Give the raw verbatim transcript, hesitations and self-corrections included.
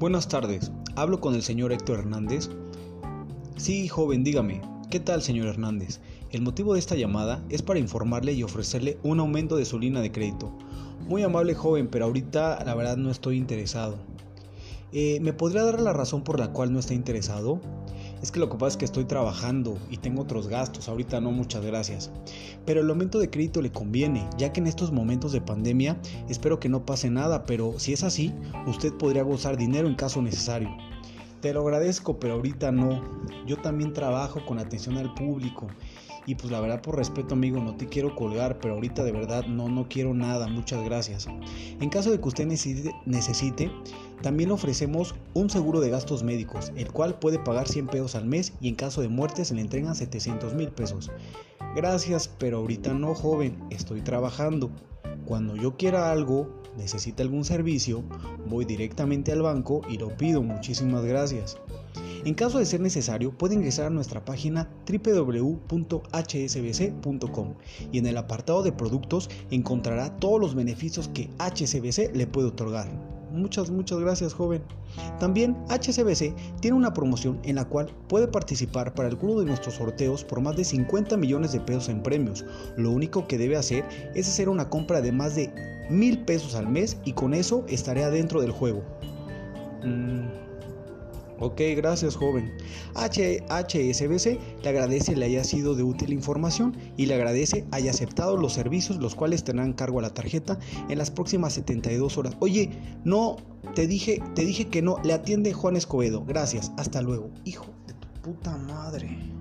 Buenas tardes, hablo con el señor Héctor Hernández. Sí, joven, dígame, ¿qué tal, señor Hernández? El motivo de esta llamada es para informarle y ofrecerle un aumento de su línea de crédito. Muy amable, joven, pero ahorita la verdad no estoy interesado. Eh, ¿Me podría dar la razón por la cual no está interesado? Es que lo que pasa es que estoy trabajando y tengo otros gastos, ahorita no, muchas gracias. Pero el aumento de crédito le conviene, ya que en estos momentos de pandemia espero que no pase nada, pero si es así, usted podría gozar dinero en caso necesario. Te lo agradezco, pero ahorita no. Yo también trabajo con atención al público y pues la verdad, por respeto, amigo, no te quiero colgar, pero ahorita de verdad no, no quiero nada, muchas gracias. En caso de que usted necesite, necesite también ofrecemos un seguro de gastos médicos, el cual puede pagar cien pesos al mes y en caso de muerte se le entregan setecientos mil pesos. Gracias, pero ahorita no, joven, estoy trabajando. Cuando yo quiera algo, necesita algún servicio, voy directamente al banco y lo pido. Muchísimas gracias. En caso de ser necesario, puede ingresar a nuestra página doble u doble u doble u punto h s b c punto com y en el apartado de productos encontrará todos los beneficios que H S B C le puede otorgar. Muchas, muchas gracias, joven. También H S B C tiene una promoción en la cual puede participar para alguno de nuestros sorteos por más de cincuenta millones de pesos en premios. Lo único que debe hacer es hacer una compra de más de mil pesos al mes y con eso estaré adentro del juego. Mm. Ok, gracias, joven. H S B C le agradece le haya sido de útil la información y le agradece haya aceptado los servicios los cuales tendrán cargo a la tarjeta en las próximas setenta y dos horas. Oye, no, te dije, te dije que no, le atiende Juan Escobedo. Gracias, hasta luego. Hijo de tu puta madre.